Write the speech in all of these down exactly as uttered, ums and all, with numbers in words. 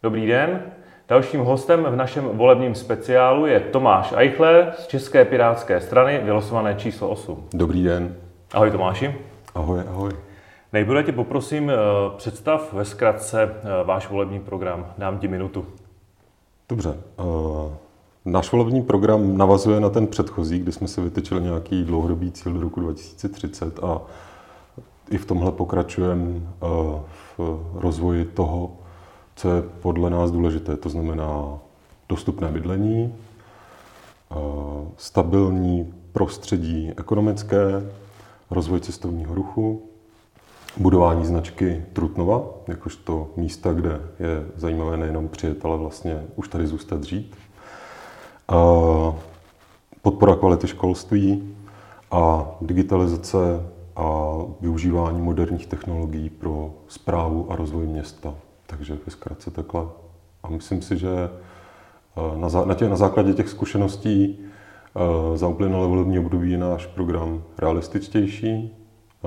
Dobrý den. Dalším hostem v našem volebním speciálu je Tomáš Eichler z České pirátské strany, vylosované číslo osm. Dobrý den. Ahoj Tomáši. Ahoj, ahoj. Nejprve tě poprosím, představ ve zkratce váš volební program. Dám ti minutu. Dobře. Uh, náš volební program navazuje na ten předchozí, kdy jsme si vytyčili nějaký dlouhodobý cíl do roku dva tisíce třicet a i v tomhle pokračujeme uh, v rozvoji toho, co je podle nás důležité. To znamená dostupné bydlení, uh, stabilní prostředí ekonomické, rozvoj cestovního ruchu, budování značky Trutnova, jakožto místa, kde je zajímavé nejenom přijet, ale vlastně už tady zůstat žít. Podpora kvality školství a digitalizace a využívání moderních technologií pro správu a rozvoj města. Takže ve zkratce takhle. A myslím si, že na, zá, na, tě, na základě těch zkušeností za uplynulé volební období je náš program realističtější,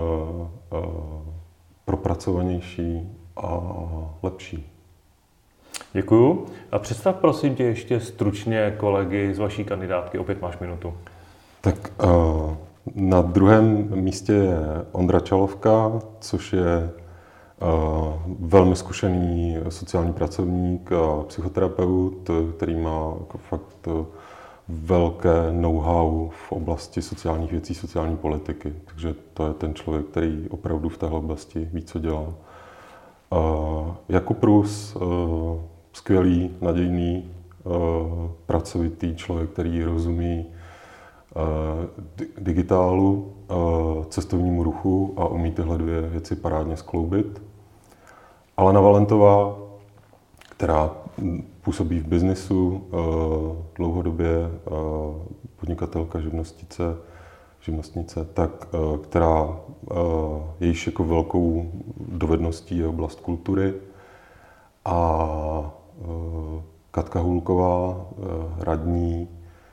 propracovanější a lepší. Děkuju. A představ prosím tě ještě stručně kolegy z vaší kandidátky. Opět máš minutu. Tak na druhém místě je Ondra Čalovka, což je velmi zkušený sociální pracovník a psychoterapeut, který má jako fakt velké know-how v oblasti sociálních věcí, sociální politiky. Takže to je ten člověk, který opravdu v téhle oblasti ví, co dělá. Uh, Jakub Rus, uh, skvělý, nadějný, uh, pracovitý člověk, který rozumí uh, di- digitálu, uh, cestovnímu ruchu a umí tyhle dvě věci parádně skloubit. Alena Valentová, která působí v biznisu, dlouhodobě podnikatelka, živnostnice, živnostnice, tak, která jejíž jako velkou dovedností je oblast kultury. A Katka Hulková, radní,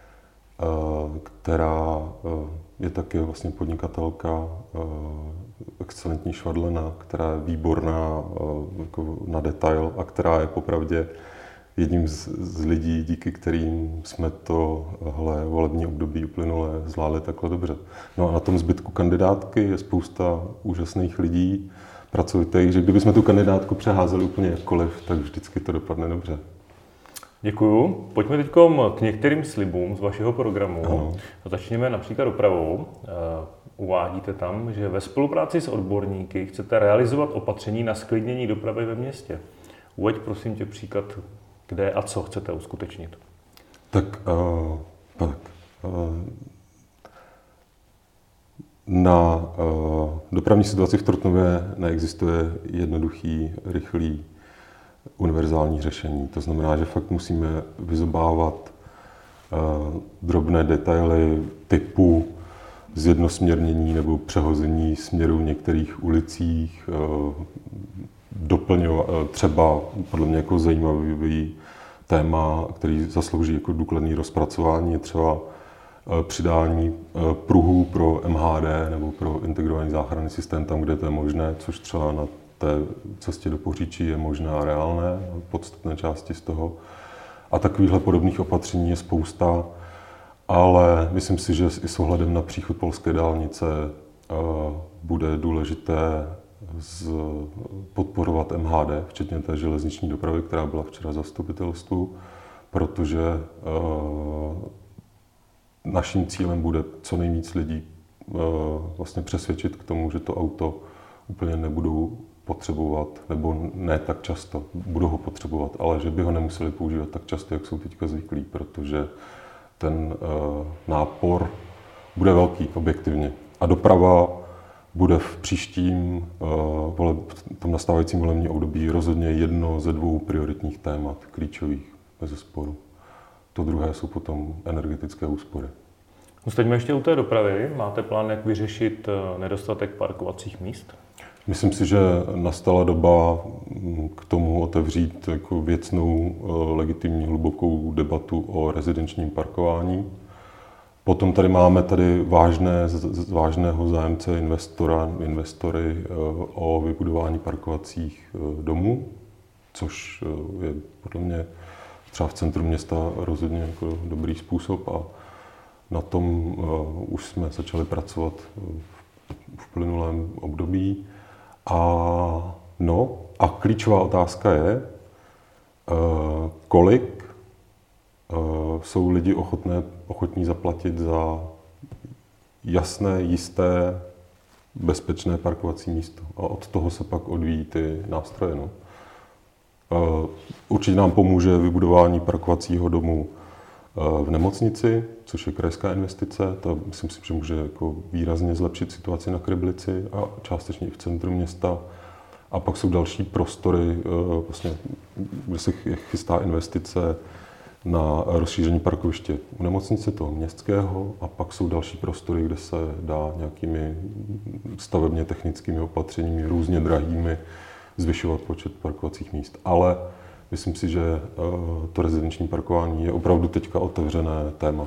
která je taky vlastně podnikatelka, excelentní švadlena, která je výborná jako na detail a která je popravdě jedním z, z lidí, díky kterým jsme tohle volební období uplynulé zvládli takhle dobře. No a na tom zbytku kandidátky je spousta úžasných lidí, pracovitých, že kdybychom tu kandidátku přeházeli úplně jakkoliv, tak vždycky to dopadne dobře. Děkuju. Pojďme teď k některým slibům z vašeho programu. Ano. Začněme například dopravou. Uvádíte tam, že ve spolupráci s odborníky chcete realizovat opatření na zklidnění dopravy ve městě. Uveď prosím tě příklad, kde a co chcete uskutečnit. Tak, uh, tak uh, na uh, dopravní situaci v Trutnově neexistuje jednoduchý, rychlý, univerzální řešení. To znamená, že fakt musíme vyzobávat uh, drobné detaily typu zjednosměrnění nebo přehození směru v některých ulicích, uh, doplňovat uh, třeba podle mě jako zajímavý téma, který zaslouží jako důkladný rozpracování, je třeba uh, přidání uh, pruhů pro M H D nebo pro integrovaný záchranný systém tam, kde to je možné, což třeba na té cestě do Poříčí je možná a reálné, podstatné části z toho. A takovýchhle podobných opatření je spousta, ale myslím si, že i s ohledem na příchod polské dálnice uh, bude důležité z, podporovat M H D, včetně té železniční dopravy, která byla včera v zastupitelstvu, protože uh, naším cílem bude co nejvíc lidí uh, vlastně přesvědčit k tomu, že to auto úplně nebudou potřebovat, nebo ne tak často, budou ho potřebovat, ale že by ho nemuseli používat tak často, jak jsou teďka zvyklí, protože ten uh, nápor bude velký objektivně. A doprava bude v příštím, uh, vole, v tom nastávajícím volebním období rozhodně jedno ze dvou prioritních témat, klíčových, bezesporu. To druhé jsou potom energetické úspory. Zůstaňme ještě u té dopravy. Máte plán, jak vyřešit nedostatek parkovacích míst? Myslím si, že nastala doba k tomu otevřít jako věcnou, legitimní, hlubokou debatu o rezidenčním parkování. Potom tady máme tady vážné, vážného zájemce investora, investory o vybudování parkovacích domů. což je podle mě třeba v centru města rozhodně jako dobrý způsob a na tom uh, už jsme začali pracovat v plynulém období. A no, a klíčová otázka je, uh, kolik uh, jsou lidi ochotné, ochotní zaplatit za jasné, jisté, bezpečné parkovací místo. A od toho se pak odvíjí ty nástroje. No. Uh, určitě nám pomůže vybudování parkovacího domu uh, v nemocnici, což je krajská investice. To myslím si, že může jako výrazně zlepšit situaci na Kryblici a částečně i v centru města. A pak jsou další prostory, uh, vlastně, kde se chystá investice na rozšíření parkoviště u nemocnice toho městského a pak jsou další prostory, kde se dá nějakými stavebně technickými opatřeními, různě drahými, zvyšovat počet parkovacích míst. Ale myslím si, že to rezidenční parkování je opravdu teďka otevřené téma.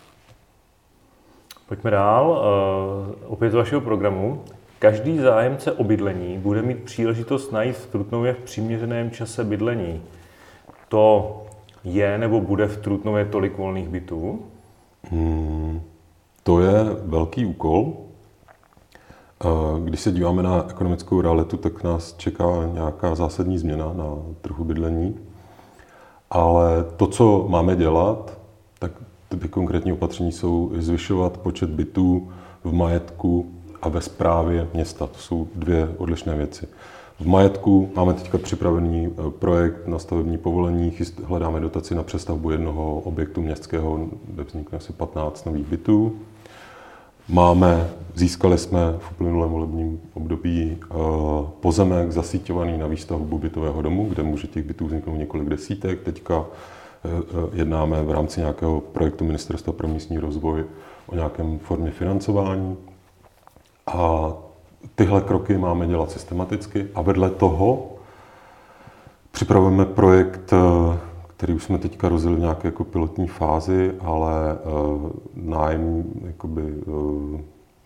Pojďme dál. Opět z vašeho programu. Každý zájemce o bydlení bude mít příležitost najít v Trutnově v přiměřeném čase bydlení. To je nebo bude v Trutnově tolik volných bytů? Hmm, to je velký úkol. Když se díváme na ekonomickou realitu, tak nás čeká nějaká zásadní změna na trhu bydlení. Ale to, co máme dělat, tak ty konkrétní opatření jsou zvyšovat počet bytů v majetku a ve správě města. To jsou dvě odlišné věci. V majetku máme teďka připravený projekt na stavební povolení, hledáme dotaci na přestavbu jednoho objektu městského, kde vznikne asi patnáct nových bytů. Máme, získali jsme v uplynulém volebním období pozemek zasíťovaný na výstavbu bytového domu, kde může těch bytů vzniknout několik desítek. Teďka jednáme v rámci nějakého projektu Ministerstva pro místní rozvoj o nějakém formě financování. A tyhle kroky máme dělat systematicky a vedle toho připravujeme projekt, který už jsme teďka rozjeli v nějaké jako pilotní fázi, ale uh, nájem, jakoby, uh,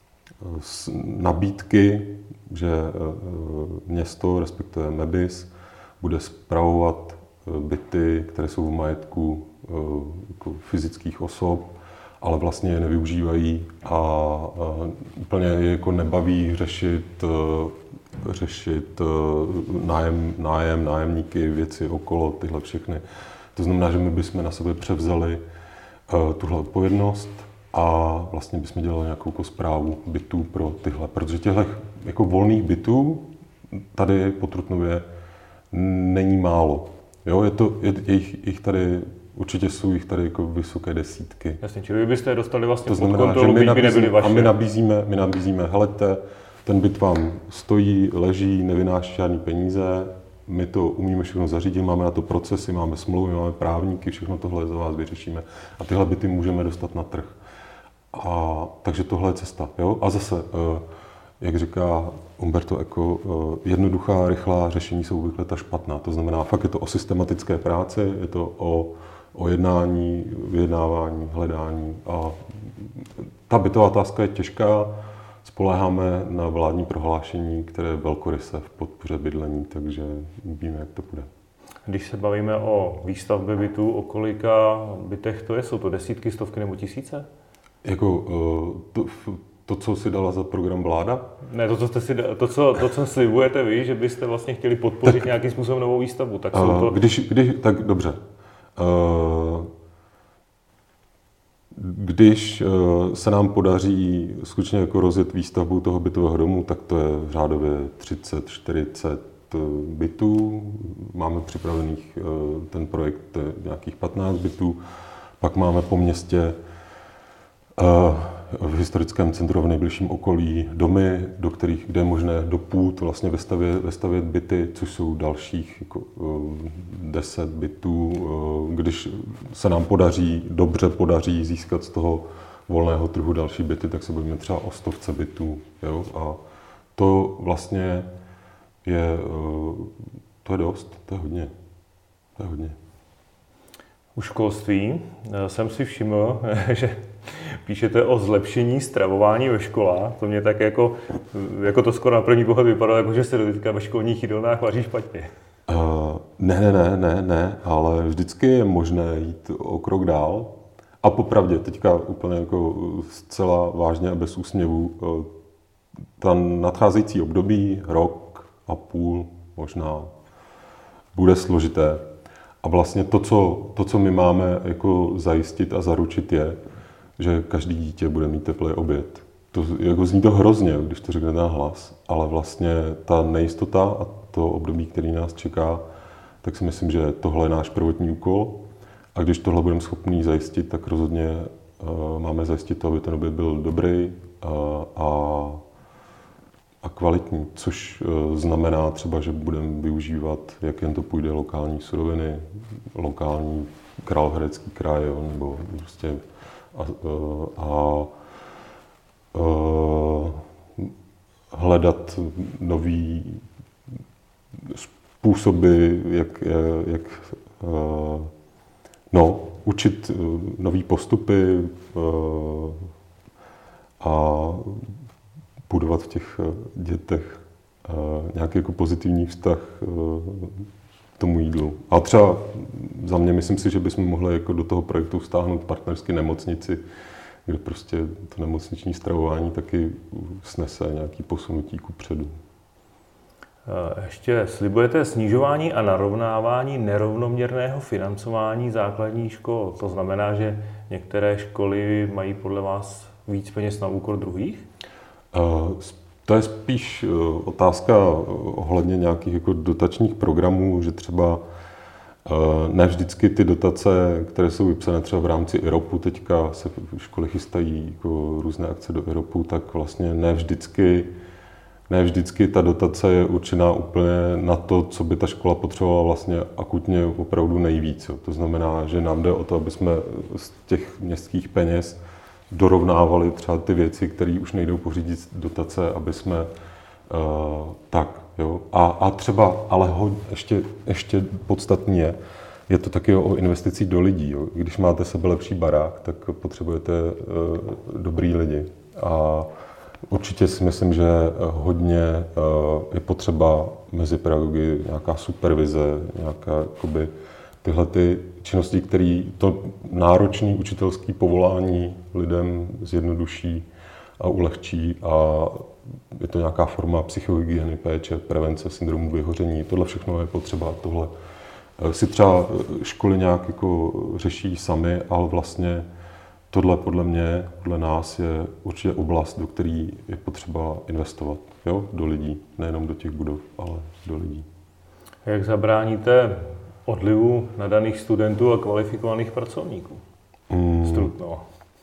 nabídky, že uh, město, respektive MEBIS, bude spravovat uh, byty, které jsou v majetku uh, jako fyzických osob, ale vlastně je nevyužívají a, a úplně je jako nebaví řešit, uh, řešit uh, nájem, nájem, nájemníky, věci okolo, tyhle všechny. To znamená, že my bychom na sebe převzali uh, tuhle odpovědnost a vlastně bychom dělali nějakou jako správu bytů pro tyhle, protože těchto jako volných bytů tady po Trutnově není málo. Jo, je to, je, je jich, jich tady, určitě jsou jich tady jako vysoké desítky. Jasně, čili vy byste je dostali vlastně to znamená, pod kontrolu, byť by nebyly vaše. A my nabízíme, my nabízíme, helejte, ten byt vám stojí, leží, nevynáší žádný peníze, my to umíme všechno zařídit, máme na to procesy, máme smlouvy, máme právníky, všechno tohle za vás vyřešíme a tyhle byty můžeme dostat na trh. A, takže tohle je cesta. Jo? A zase, jak říká Umberto Eco, jednoduchá, rychlá řešení jsou obvykle ta špatná. To znamená, fakt je to o systematické práci, je to o, o jednání, vyjednávání, hledání. A ta bytová otázka je těžká. Spoléháme na vládní prohlášení, které je velkoryse v podpoře bydlení, takže víme, jak to bude. Když se bavíme o výstavbě bytů, o kolika bytech to je? Jsou to desítky, stovky nebo tisíce? Jako to, to, co si dala za program vláda? Ne, to, co, jste si, to, co, to, co slibujete vy, že byste vlastně chtěli podpořit tak, nějakým způsobem novou výstavbu. Tak, jsou to... když, když, tak dobře. Když se nám podaří skutečně jako rozjet výstavbu toho bytového domu, tak to je řádově třicet čtyřicet bytů. Máme připravených ten projekt nějakých patnáct bytů. Pak máme po městě v historickém centru v nejbližším okolí domy, do kterých, kde je možné do půd vlastně vestavět, vestavět byty, což jsou dalších jako, deset bytů. Když se nám podaří, dobře podaří získat z toho volného trhu další byty, tak se bavíme třeba o stovce bytů. Jo? A to vlastně je, to je dost, to je hodně. To je hodně. U školství jsem si všiml, že píšete o zlepšení stravování ve školách. To mě tak jako, jako to skoro na první pohled vypadalo, jako že se teďka ve školních jídelnách vaří špatně. Uh, ne, ne, ne, ne, ne, ale vždycky je možné jít o krok dál. A popravdě, teďka úplně jako zcela vážně a bez úsměvu, ta nadcházející období, rok a půl možná, bude složité. A vlastně to, co, to, co my máme jako zajistit a zaručit, je, že každý dítě bude mít teplý oběd. To, jako zní to hrozně, když to řekne ten hlas, ale vlastně ta nejistota a to období, který nás čeká, tak si myslím, že tohle je náš prvotní úkol. A když tohle budeme schopni zajistit, tak rozhodně uh, máme zajistit to, aby ten oběd byl dobrý uh, a, a kvalitní, což uh, znamená třeba, že budeme využívat, jak jen to půjde, lokální suroviny, lokální Královéhradecký kraj, jo, nebo prostě a, uh, a uh, hledat nový způsoby, jak, jak uh, no, učit uh, nový postupy uh, a budovat v těch uh, dětech uh, nějaký jako pozitivní vztah uh, k tomu jídlu. A třeba za mě myslím si, že bychom mohli jako do toho projektu vstáhnout partnersky nemocnici, kde prostě to nemocniční stravování taky snese nějaký posunutí kupředu. Ještě slibujete snižování a narovnávání nerovnoměrného financování základních škol. To znamená, že některé školy mají podle vás víc peněz na úkor druhých? To je spíš otázka ohledně nějakých jako dotačních programů, že třeba ne vždycky ty dotace, které jsou vypsané třeba v rámci I R O P u, teďka se školy chystají jako různé akce do I R O P u, tak vlastně ne vždycky Ne vždycky ta dotace je určená úplně na to, co by ta škola potřebovala vlastně akutně opravdu nejvíc. Jo. To znamená, že nám jde o to, aby jsme z těch městských peněz dorovnávali třeba ty věci, které už nejdou pořídit z dotace, aby jsme uh, tak. Jo. A, a třeba, ale ho, ještě, ještě podstatný je, je to taky o investicích do lidí. Jo. Když máte sebelepší barák, tak potřebujete uh, dobrý lidi. A určitě si myslím, že hodně je potřeba mezi pedagogy nějaká supervize, nějaká jakoby, tyhle ty činnosti, které to náročné učitelské povolání lidem zjednoduší a ulehčí a je to nějaká forma psychohygieny, péče, prevence syndromu vyhoření. Tohle všechno je potřeba, tohle si třeba školy nějak jako řeší sami, ale vlastně tohle podle mě, podle nás je určitě oblast, do které je potřeba investovat, jo? Do lidí, nejenom do těch budov, ale do lidí. Jak zabráníte odlivu nadaných studentů a kvalifikovaných pracovníků Hmm. z Trutnova?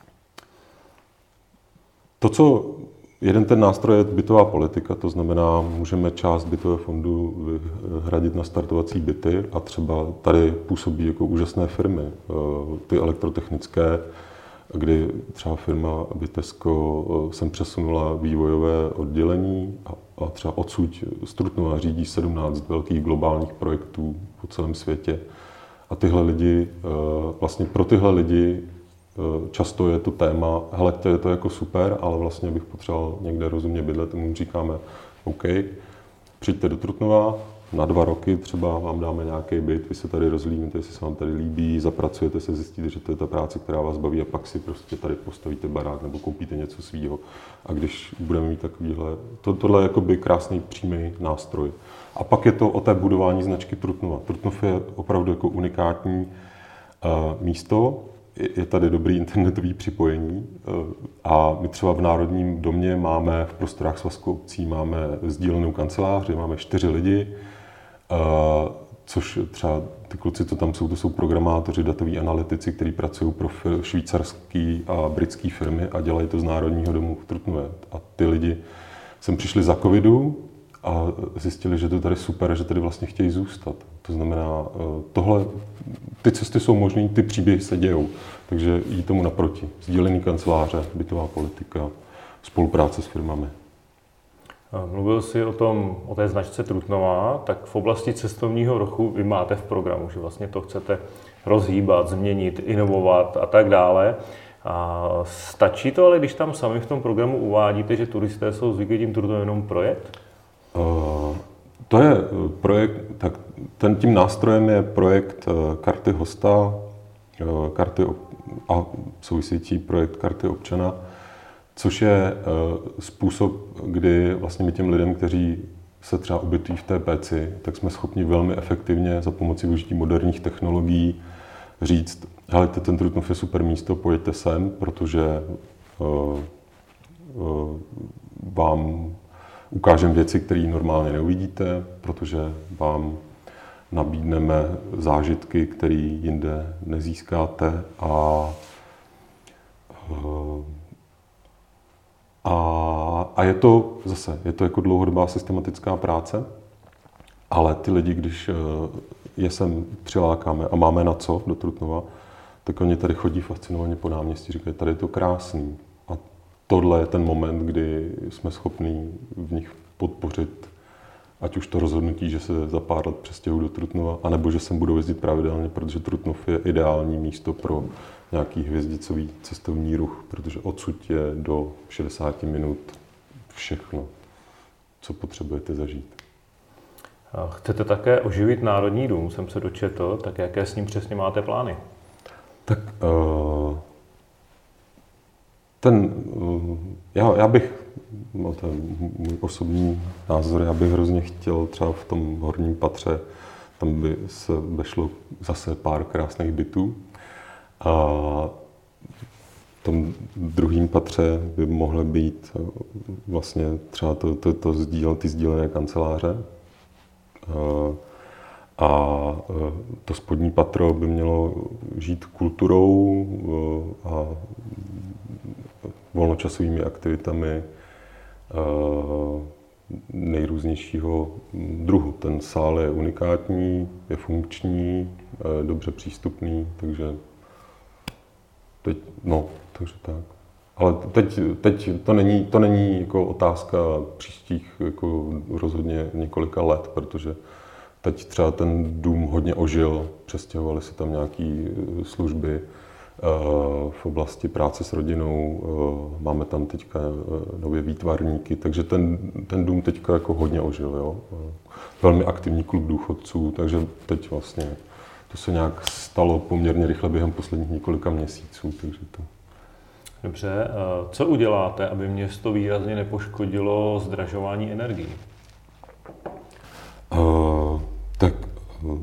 To, co jeden ten nástroj je bytová politika, to znamená, můžeme část bytového fondu hradit na startovací byty a třeba tady působí jako úžasné firmy, ty elektrotechnické, kdy třeba firma Vitesco sem přesunula vývojové oddělení a, a třeba odsud z Trutnova řídí sedmnáct velkých globálních projektů po celém světě. A tyhle lidi, vlastně pro tyhle lidi často je to téma, hele, to je to jako super, ale vlastně bych potřeboval někde rozumně bydlet, tomu říkáme, OK, přijďte do Trutnova, na dva roky třeba vám dáme nějaký byt, vy se tady rozlíbíte, jestli se vám tady líbí, zapracujete se, zjistíte, že to je ta práce, která vás baví a pak si prostě tady postavíte barák nebo koupíte něco svýho. A když budeme mít takovýhle, to, tohle je jakoby krásný přímý nástroj. A pak je to o té budování značky Trutnova. Trutnov je opravdu jako unikátní uh, místo, je tady dobrý internetový připojení uh, a my třeba v Národním domě máme v prostorách svazku obcí máme sdílenou kancelář, kde máme čtyři lidi, Uh, což třeba ty kluci, co tam jsou, to jsou programátoři, datoví analytici, kteří pracují pro švýcarský a britský firmy a dělají to z Národního domu v Trutnově. A ty lidi sem přišli za covidu a zjistili, že to tady super, že tady vlastně chtějí zůstat. To znamená, uh, tohle, ty cesty jsou možné, ty příběhy se dějou, takže jí tomu naproti. Sdílený kanceláře, bytová politika, spolupráce s firmami. Mluvil jsi o tom, o té značce Trutnova, tak v oblasti cestovního ruchu vy máte v programu, že vlastně to chcete rozhýbat, změnit, inovovat a tak dále. A stačí to, ale když tam sami v tom programu uvádíte, že turisté jsou zvyklí tím Trutnovem jenom projet? Uh, to je projekt, tak ten, tím nástrojem je projekt karty hosta, karty a související projekt karty občana, což je způsob, kdy vlastně my těm lidem, kteří se třeba ubytují v té péci, tak jsme schopni velmi efektivně za pomoci využití moderních technologií říct, hele, ten Trutnov je super místo, pojďte sem, protože uh, uh, vám ukážeme věci, které normálně neuvidíte, protože vám nabídneme zážitky, které jinde nezískáte a, uh, a, a je to zase, je to jako dlouhodobá systematická práce, ale ty lidi, když je sem přilákáme a máme na co do Trutnova, tak oni tady chodí fascinovaně po náměstí, říkají, tady je to krásný. A tohle je ten moment, kdy jsme schopní v nich podpořit, ať už to rozhodnutí, že se za pár let přestěhují do Trutnova, anebo že sem budou jezdit pravidelně, protože Trutnov je ideální místo pro nějaký hvězdicový cestovní ruch, protože odsud je do šedesát minut všechno, co potřebujete zažít. Chcete také oživit Národní dům, jsem se dočetl, tak jaké s ním přesně máte plány? Tak ten, já, já bych, no to je můj osobní názor, já bych hrozně chtěl třeba v tom horním patře, tam by se vešlo zase pár krásných bytů. A v tom druhém patře by mohly být vlastně třeba to, to, to sdíl, ty sdílené kanceláře. A to spodní patro by mělo žít kulturou a volnočasovými aktivitami nejrůznějšího druhu. Ten sál je unikátní, je funkční, dobře přístupný, takže teď, no, takže tak. Ale teď, teď to není, to není jako otázka příštích jako rozhodně několika let, protože teď třeba ten dům hodně ožil, přestěhovali se tam nějaké služby v oblasti práce s rodinou, máme tam teďka nově výtvarníky, takže ten, ten dům teďka jako hodně ožil. Jo? Velmi aktivní klub důchodců, takže teď vlastně to se nějak stalo poměrně rychle během posledních několika měsíců. Takže to... Dobře, co uděláte, aby město výrazně nepoškodilo zdražování energií? Uh, tak uh,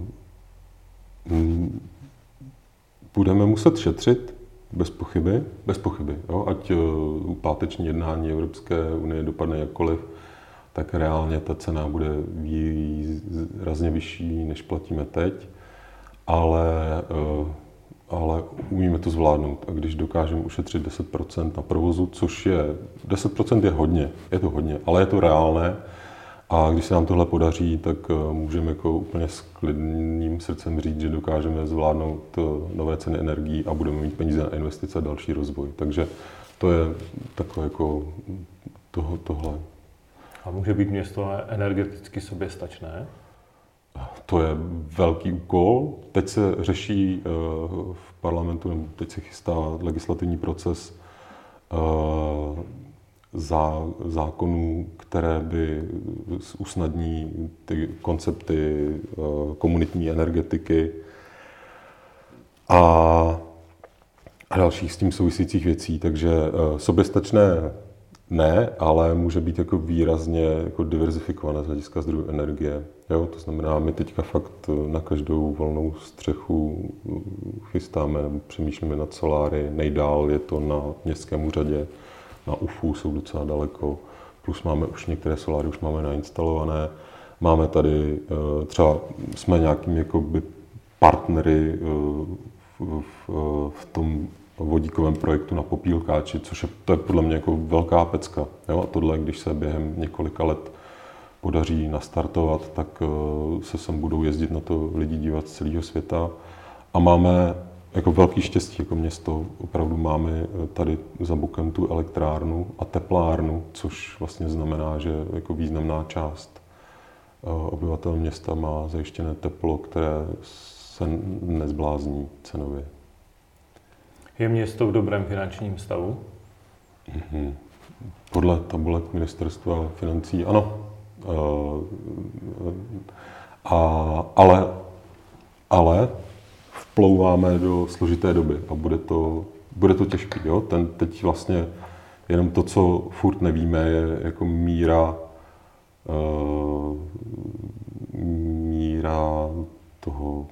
budeme muset šetřit, bez pochyby, bez pochyby. Jo? Ať uh, páteční jednání Evropské unie dopadne jakkoliv, tak reálně ta cena bude výrazně vyšší, než platíme teď, ale uh, ale umíme to zvládnout. A když dokážeme ušetřit deset procent na provozu, což je, deset procent je hodně, je to hodně, ale je to reálné. A když se nám tohle podaří, tak můžeme jako úplně s klidným srdcem říct, že dokážeme zvládnout nové ceny energií a budeme mít peníze na investice a další rozvoj. Takže to je takové jako toho, tohle. A může být město energeticky soběstačné? To je velký úkol. Teď se řeší v parlamentu, nebo teď se chystá legislativní proces za zákonů, které by usnadní ty koncepty komunitní energetiky a, a dalších s tím souvisejících věcí. Takže soběstačné ne, ale může být jako výrazně jako diverzifikované z hlediska zdrojů energie. Jo, to znamená, my teďka fakt na každou volnou střechu chystáme, přemýšlíme nad soláry. Nejdál je to na městském úřadě, na U F U jsou docela daleko, plus máme už některé soláry, už máme nainstalované. Máme tady třeba, jsme nějakými jakoby partnery v, v, v tom vodíkovém projektu na Popílkáči, což je, to je podle mě jako velká pecka. Jo? A tohle, když se během několika let podaří nastartovat, tak se sem budou jezdit na to lidi dívat z celého světa. A máme jako velký štěstí jako město, opravdu máme tady za bokem tu elektrárnu a teplárnu, což vlastně znamená, že jako významná část obyvatel města má zajištěné teplo, které se nezblázní cenově. Je město v dobrém finančním stavu? Mm-hmm. Podle tabulek ministerstva financí ano. A, ale, ale vplouváme do složité doby a bude to, bude to těžké. Jo? Ten teď vlastně jenom to, co furt nevíme, je jako míra uh, míra toho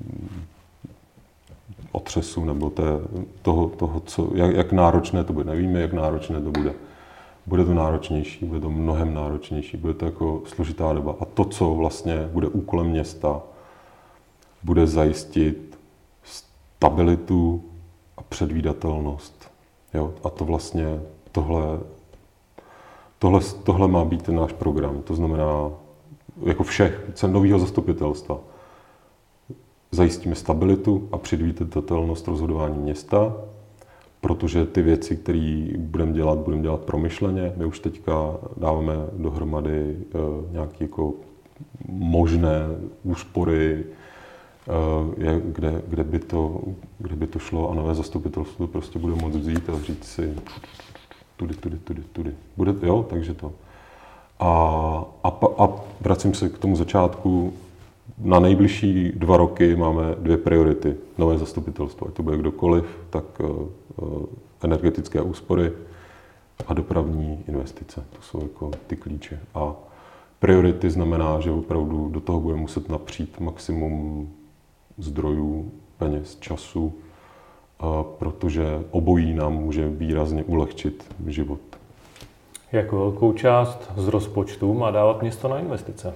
otřesu nebo té, toho, toho co, jak, jak náročné to bude. Nevíme, jak náročné to bude. Bude to náročnější, bude to mnohem náročnější, bude to jako složitá doba. A to, co vlastně bude úkolem města, bude zajistit stabilitu a předvídatelnost. Jo? A to vlastně, tohle, tohle, tohle má být ten náš program. To znamená, jako všech, nového zastupitelstva. Zajistíme stabilitu a předvídatelnost rozhodování města, protože ty věci, které budeme dělat, budeme dělat promyšleně. My už teďka dáváme dohromady uh, nějaké jako možné úspory, uh, kde, kde, by to, kde by to šlo a nové zastupitelstvo to prostě bude moct vzít a říct si tudy, tudy, tudy, tudy. Bude, jo, takže to. A, a, a vracím se k tomu začátku. Na nejbližší dva roky máme dvě priority. Nové zastupitelstvo, ať to bude kdokoliv, tak uh, energetické úspory a dopravní investice. To jsou jako ty klíče. A priority znamená, že opravdu do toho bude muset napřít maximum zdrojů, peněz, času, uh, protože obojí nám může výrazně ulehčit život. Jak velkou část z rozpočtu má dávat město na investice?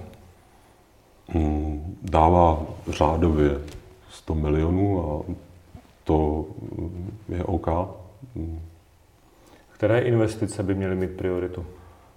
Dává řádově sto milionů a to je OK. Které investice by měly mít prioritu?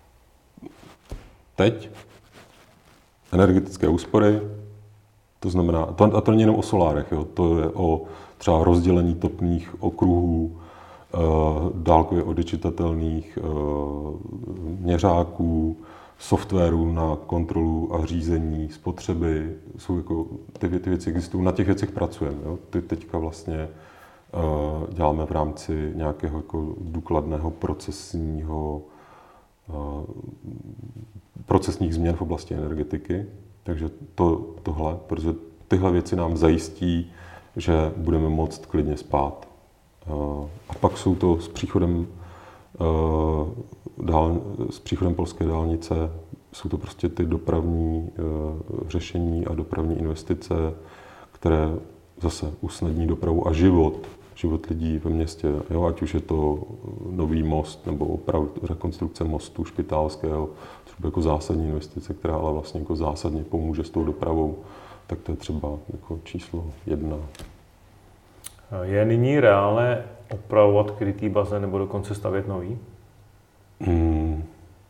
Teď energetické úspory, to znamená, to, a to není jenom o solárech, jo, to je o třeba rozdělení topných okruhů, dálkově odečitatelných měřáků, softwaru na kontrolu a řízení spotřeby. Jsou jako, ty, ty věci existují, na těch věcech pracujeme. Jo. Ty teďka vlastně uh, děláme v rámci nějakého jako důkladného procesního, uh, procesních změn v oblasti energetiky. Takže to, tohle, protože tyhle věci nám zajistí, že budeme moct klidně spát. Uh, a pak jsou to s příchodem uh, Dál, s příchodem polské dálnice jsou to prostě ty dopravní e, řešení a dopravní investice, které zase usnadní dopravu a život, život lidí ve městě. Jo, ať už je to nový most nebo oprav, rekonstrukce mostu Špitálského, což bude jako zásadní investice, která ale vlastně jako zásadně pomůže s tou dopravou, tak to je třeba jako číslo jedna. Je nyní reálné opravovat krytý bazén nebo dokonce stavět nový? Hmm.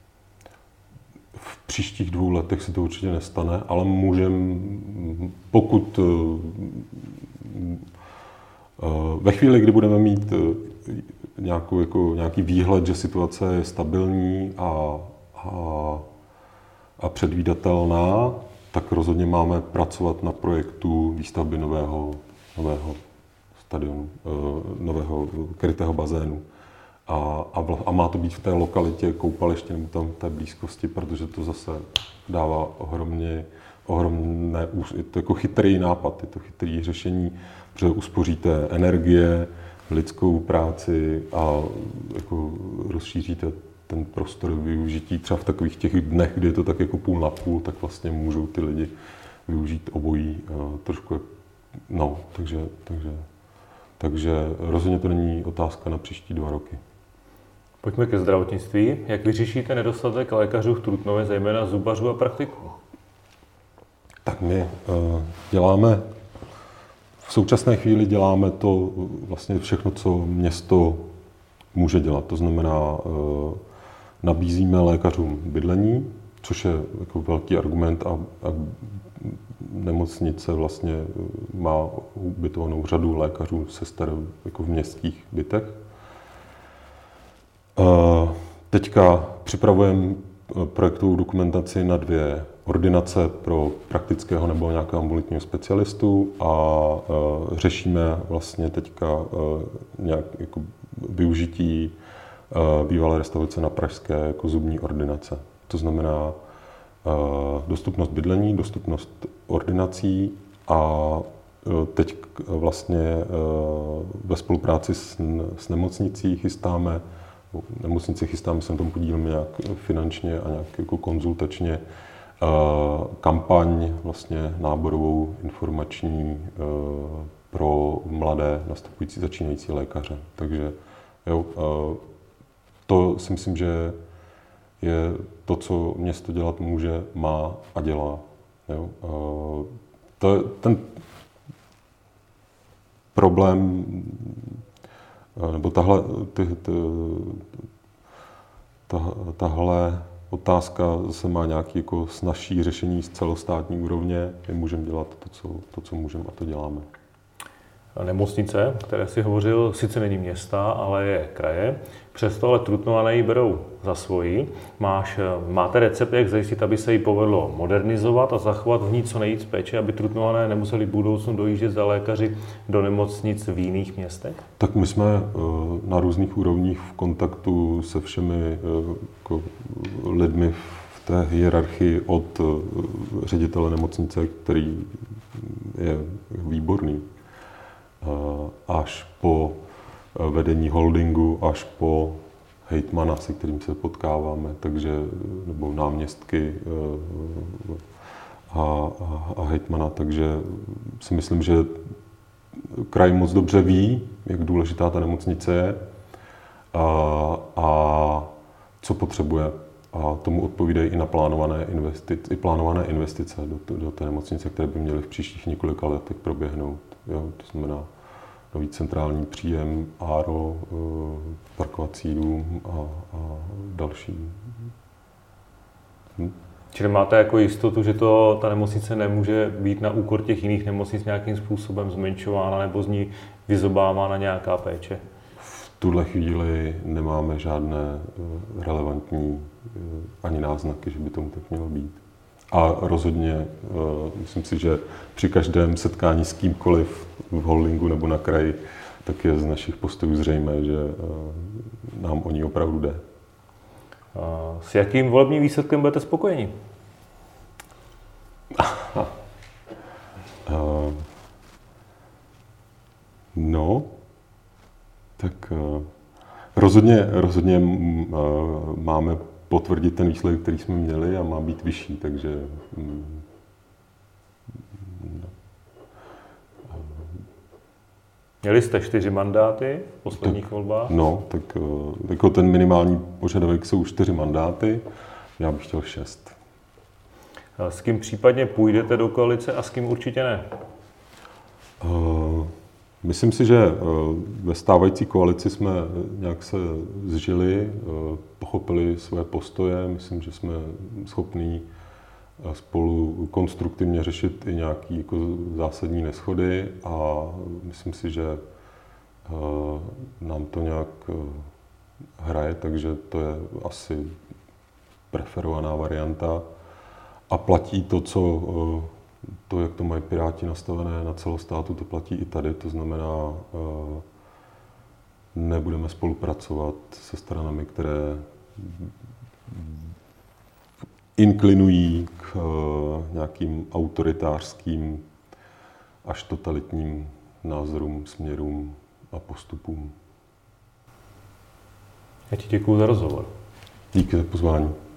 V příštích dvou letech se to určitě nestane, ale můžeme, pokud ve chvíli, kdy budeme mít nějakou, jako, nějaký výhled, že situace je stabilní a, a, a předvídatelná, tak rozhodně máme pracovat na projektu výstavby nového, nového stadionu, nového krytého bazénu. A, a, vl, a má to být v té lokalitě koupaliště nebo tam v té blízkosti, protože to zase dává ohromně, ohromné, je to jako chytrý nápad, je to chytrý řešení, protože uspoříte energie, lidskou práci a jako rozšíříte ten prostor využití. Třeba v takových těch dnech, kdy je to tak jako půl na půl, tak vlastně můžou ty lidi využít obojí trošku, no, takže, takže, takže rozhodně to není otázka na příští dva roky. Pojďme ke zdravotnictví. Jak vyřešíte nedostatek lékařů v Trutnově, zejména zubařů a praktiků? Tak my uh, děláme, v současné chvíli děláme to vlastně všechno, co město může dělat. To znamená, uh, nabízíme lékařům bydlení, což je jako velký argument a, a nemocnice vlastně má ubytovanou řadu lékařů, sester jako v městských bytech. Teďka připravujeme projektovou dokumentaci na dvě ordinace pro praktického nebo nějakého ambulantního specialistu a řešíme vlastně teďka nějak jako využití bývalé restaurace na Pražské jako zubní ordinace. To znamená, dostupnost bydlení, dostupnost ordinací a teď vlastně ve spolupráci s, s nemocnicí chystáme, nemocnici chystáme, se na tom podílíme nějak finančně a nějak jako konzultačně, kampaň vlastně náborovou, informační pro mladé nastupující, začínající lékaře. Takže jo, to si myslím, že je to, co město dělat může, má a dělá. Jo. To, ten problém, nebo tahle, ty, ty, tahle otázka zase má nějaké jako snazší řešení z celostátní úrovně. My můžeme dělat to, co, to, co můžeme, a to děláme. Nemocnice, které si hovořil, sice není města, ale je kraje. Přesto ale Trutnované ji berou za svoji. Máš, máte recept, jak zajistit, aby se jí povedlo modernizovat a zachovat v ní co nejvíc péče, aby Trutnované nemuseli v budoucnu dojíždět za lékaři do nemocnic v jiných městech? Tak my jsme na různých úrovních v kontaktu se všemi jako lidmi v té hierarchii od ředitele nemocnice, který je výborný, až po vedení holdingu, až po hejtmana, se kterým se potkáváme, takže, nebo náměstky a, a, a hejtmana, takže si myslím, že kraj moc dobře ví, jak důležitá ta nemocnice je a, a co potřebuje. A tomu odpovídají i na plánované investice, i plánované investice do, do té nemocnice, které by měly v příštích několika letech proběhnout. Jo, to znamená nový centrální příjem, áro, parkovací dům a, a další. Hm? Čili máte jako jistotu, že to, ta nemocnice nemůže být na úkor těch jiných nemocnic nějakým způsobem zmenšována nebo z ní vyzobávána nějaká péče? V tuhle chvíli nemáme žádné relevantní ani náznaky, že by tomu tak mělo být. A rozhodně myslím si, že při každém setkání s kýmkoliv v holdingu nebo na kraji, tak je z našich postojů zřejmé, že nám o ní opravdu jde. S jakým volebním výsledkem budete spokojeni? No, tak rozhodně, rozhodně máme potvrdit ten výsledek, který jsme měli, a má být vyšší, takže no. Měli jste čtyři mandáty v posledních tak, volbách? No, tak jako ten minimální požadavek jsou čtyři mandáty, já bych chtěl šest. A s kým případně půjdete do koalice a s kým určitě ne? Uh, myslím si, že ve stávající koalici jsme nějak se zžili, pochopili své postoje. Myslím, že jsme schopní spolu konstruktivně řešit i nějaké jako zásadní neshody, a myslím si, že nám to nějak hraje, takže to je asi preferovaná varianta. A platí to, co, to, jak to mají Piráti nastavené na celostátu, to platí i tady. To znamená, nebudeme spolupracovat se stranami, které inklinují k nějakým autoritářským až totalitním názorům, směrům a postupům. Já ti děkuju za rozhovor. Díky za pozvání.